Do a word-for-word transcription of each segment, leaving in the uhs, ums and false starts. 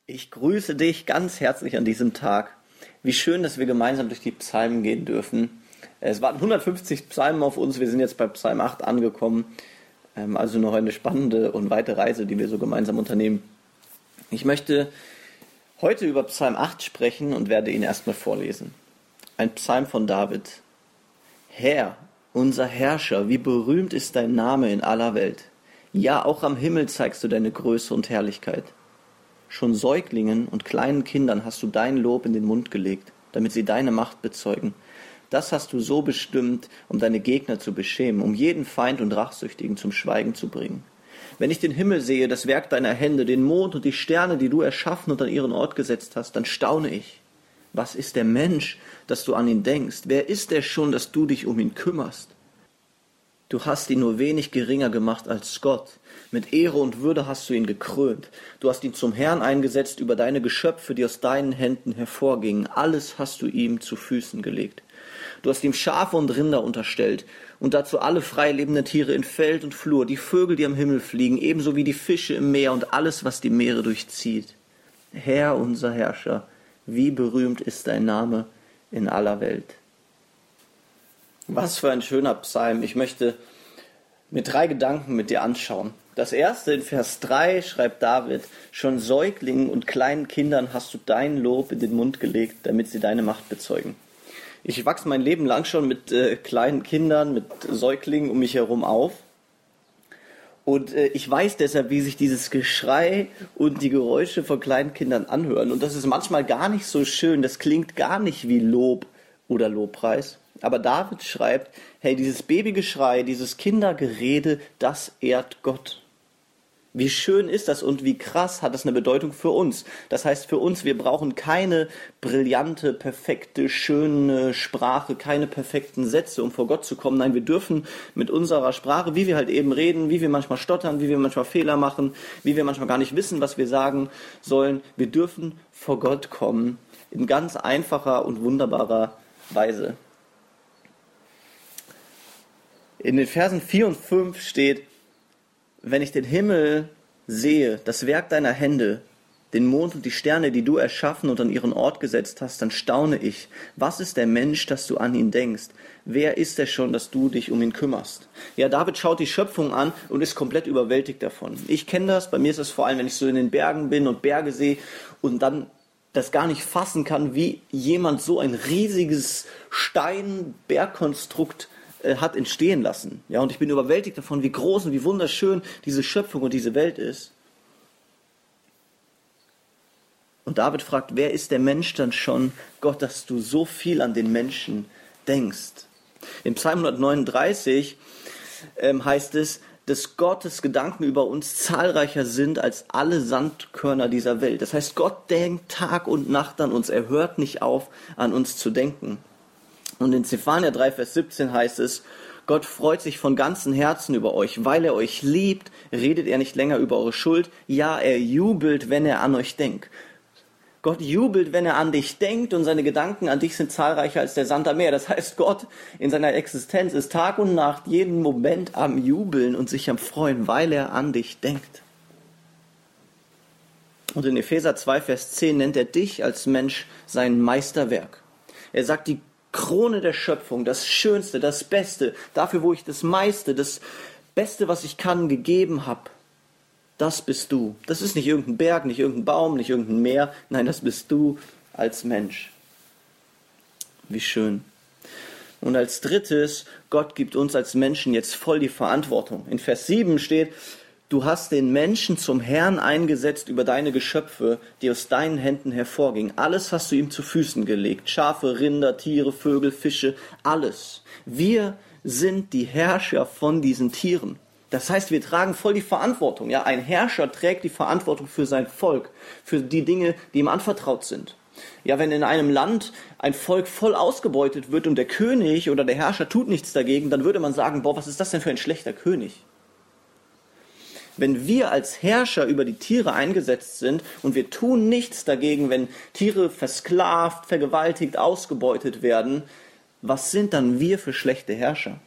Ich grüße dich ganz herzlich an diesem Tag. Wie schön, dass wir gemeinsam durch die Psalmen gehen dürfen. Es warten hundertfünfzig Psalmen auf uns, wir sind jetzt bei Psalm acht angekommen. Also noch eine spannende und weite Reise, die wir so gemeinsam unternehmen. Ich möchte heute über Psalm acht sprechen und werde ihn erstmal vorlesen. Ein Psalm von David. Herr, unser Herrscher, wie berühmt ist dein Name in aller Welt. Ja, auch am Himmel zeigst du deine Größe und Herrlichkeit. Schon Säuglingen und kleinen Kindern hast du dein Lob in den Mund gelegt, damit sie deine Macht bezeugen. Das hast du so bestimmt, um deine Gegner zu beschämen, um jeden Feind und Rachsüchtigen zum Schweigen zu bringen. Wenn ich den Himmel sehe, das Werk deiner Hände, den Mond und die Sterne, die du erschaffen und an ihren Ort gesetzt hast, dann staune ich. Was ist der Mensch, dass du an ihn denkst? Wer ist er schon, dass du dich um ihn kümmerst? Du hast ihn nur wenig geringer gemacht als Gott. Mit Ehre und Würde hast du ihn gekrönt. Du hast ihn zum Herrn eingesetzt über deine Geschöpfe, die aus deinen Händen hervorgingen. Alles hast du ihm zu Füßen gelegt. Du hast ihm Schafe und Rinder unterstellt und dazu alle frei lebenden Tiere in Feld und Flur, die Vögel, die am Himmel fliegen, ebenso wie die Fische im Meer und alles, was die Meere durchzieht. Herr, unser Herrscher, wie berühmt ist dein Name in aller Welt. Was für ein schöner Psalm. Ich möchte mit drei Gedanken mit dir anschauen. Das erste, in Vers drei schreibt David, schon Säuglingen und kleinen Kindern hast du dein Lob in den Mund gelegt, damit sie deine Macht bezeugen. Ich wachse mein Leben lang schon mit äh, kleinen Kindern, mit Säuglingen um mich herum auf. Und äh, ich weiß deshalb, wie sich dieses Geschrei und die Geräusche von kleinen Kindern anhören. Und das ist manchmal gar nicht so schön, das klingt gar nicht wie Lob oder Lobpreis. Aber David schreibt, hey, dieses Babygeschrei, dieses Kindergerede, das ehrt Gott. Wie schön ist das und wie krass hat das eine Bedeutung für uns. Das heißt für uns, wir brauchen keine brillante, perfekte, schöne Sprache, keine perfekten Sätze, um vor Gott zu kommen. Nein, wir dürfen mit unserer Sprache, wie wir halt eben reden, wie wir manchmal stottern, wie wir manchmal Fehler machen, wie wir manchmal gar nicht wissen, was wir sagen sollen, wir dürfen vor Gott kommen in ganz einfacher und wunderbarer Weise. In den Versen vier und fünf steht, wenn ich den Himmel sehe, das Werk deiner Hände, den Mond und die Sterne, die du erschaffen und an ihren Ort gesetzt hast, dann staune ich. Was ist der Mensch, dass du an ihn denkst? Wer ist er schon, dass du dich um ihn kümmerst? Ja, David schaut die Schöpfung an und ist komplett überwältigt davon. Ich kenne das, bei mir ist es vor allem, wenn ich so in den Bergen bin und Berge sehe und dann das gar nicht fassen kann, wie jemand so ein riesiges Stein-Bergkonstrukt hat entstehen lassen. Ja, und ich bin überwältigt davon, wie groß und wie wunderschön diese Schöpfung und diese Welt ist. Und David fragt, wer ist der Mensch dann schon, Gott, dass du so viel an den Menschen denkst? In Psalm hundertneununddreißig ähm, heißt es, dass Gottes Gedanken über uns zahlreicher sind als alle Sandkörner dieser Welt. Das heißt, Gott denkt Tag und Nacht an uns. Er hört nicht auf, an uns zu denken. Und in Zephania drei, Vers siebzehn heißt es, Gott freut sich von ganzem Herzen über euch. Weil er euch liebt, redet er nicht länger über eure Schuld. Ja, er jubelt, wenn er an euch denkt. Gott jubelt, wenn er an dich denkt und seine Gedanken an dich sind zahlreicher als der Sand am Meer. Das heißt, Gott in seiner Existenz ist Tag und Nacht jeden Moment am Jubeln und sich am Freuen, weil er an dich denkt. Und in Epheser zwei, Vers zehn nennt er dich als Mensch sein Meisterwerk. Er sagt, die Krone der Schöpfung, das Schönste, das Beste, dafür, wo ich das meiste, das Beste, was ich kann, gegeben habe, das bist du. Das ist nicht irgendein Berg, nicht irgendein Baum, nicht irgendein Meer, nein, das bist du als Mensch. Wie schön. Und als drittes, Gott gibt uns als Menschen jetzt voll die Verantwortung. In Vers sieben steht, du hast den Menschen zum Herrn eingesetzt über deine Geschöpfe, die aus deinen Händen hervorgingen. Alles hast du ihm zu Füßen gelegt. Schafe, Rinder, Tiere, Vögel, Fische, alles. Wir sind die Herrscher von diesen Tieren. Das heißt, wir tragen voll die Verantwortung. Ja, ein Herrscher trägt die Verantwortung für sein Volk, für die Dinge, die ihm anvertraut sind. Ja, wenn in einem Land ein Volk voll ausgebeutet wird und der König oder der Herrscher tut nichts dagegen, dann würde man sagen, boah, was ist das denn für ein schlechter König? Wenn wir als Herrscher über die Tiere eingesetzt sind und wir tun nichts dagegen, wenn Tiere versklavt, vergewaltigt, ausgebeutet werden, was sind dann wir für schlechte Herrscher?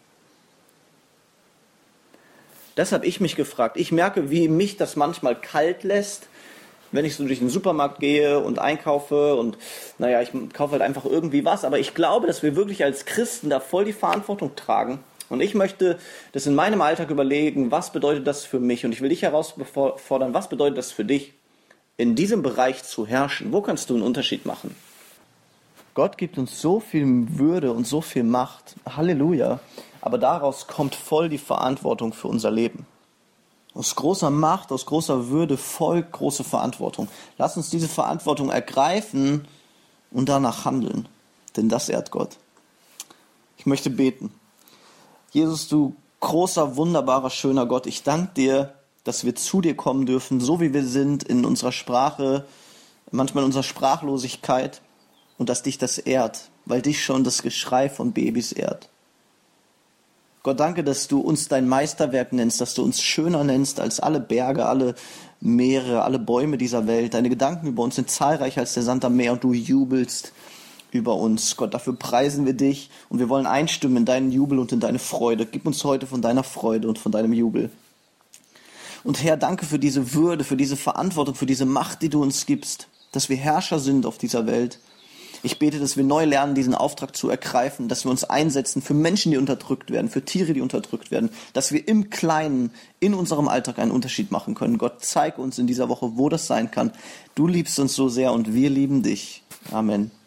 Das habe ich mich gefragt. Ich merke, wie mich das manchmal kalt lässt, wenn ich so durch den Supermarkt gehe und einkaufe und naja, ich kaufe halt einfach irgendwie was, aber ich glaube, dass wir wirklich als Christen da voll die Verantwortung tragen. Und ich möchte das in meinem Alltag überlegen, was bedeutet das für mich? Und ich will dich herausfordern, was bedeutet das für dich, in diesem Bereich zu herrschen? Wo kannst du einen Unterschied machen? Gott gibt uns so viel Würde und so viel Macht. Halleluja. Aber daraus kommt voll die Verantwortung für unser Leben. Aus großer Macht, aus großer Würde folgt große Verantwortung. Lass uns diese Verantwortung ergreifen und danach handeln. Denn das ehrt Gott. Ich möchte beten. Jesus, du großer, wunderbarer, schöner Gott, ich danke dir, dass wir zu dir kommen dürfen, so wie wir sind, in unserer Sprache, manchmal in unserer Sprachlosigkeit, und dass dich das ehrt, weil dich schon das Geschrei von Babys ehrt. Gott, danke, dass du uns dein Meisterwerk nennst, dass du uns schöner nennst als alle Berge, alle Meere, alle Bäume dieser Welt. Deine Gedanken über uns sind zahlreicher als der Sand am Meer und du jubelst über uns. Gott, dafür preisen wir dich und wir wollen einstimmen in deinen Jubel und in deine Freude. Gib uns heute von deiner Freude und von deinem Jubel. Und Herr, danke für diese Würde, für diese Verantwortung, für diese Macht, die du uns gibst, dass wir Herrscher sind auf dieser Welt. Ich bete, dass wir neu lernen, diesen Auftrag zu ergreifen, dass wir uns einsetzen für Menschen, die unterdrückt werden, für Tiere, die unterdrückt werden, dass wir im Kleinen, in unserem Alltag einen Unterschied machen können. Gott, zeig uns in dieser Woche, wo das sein kann. Du liebst uns so sehr und wir lieben dich. Amen.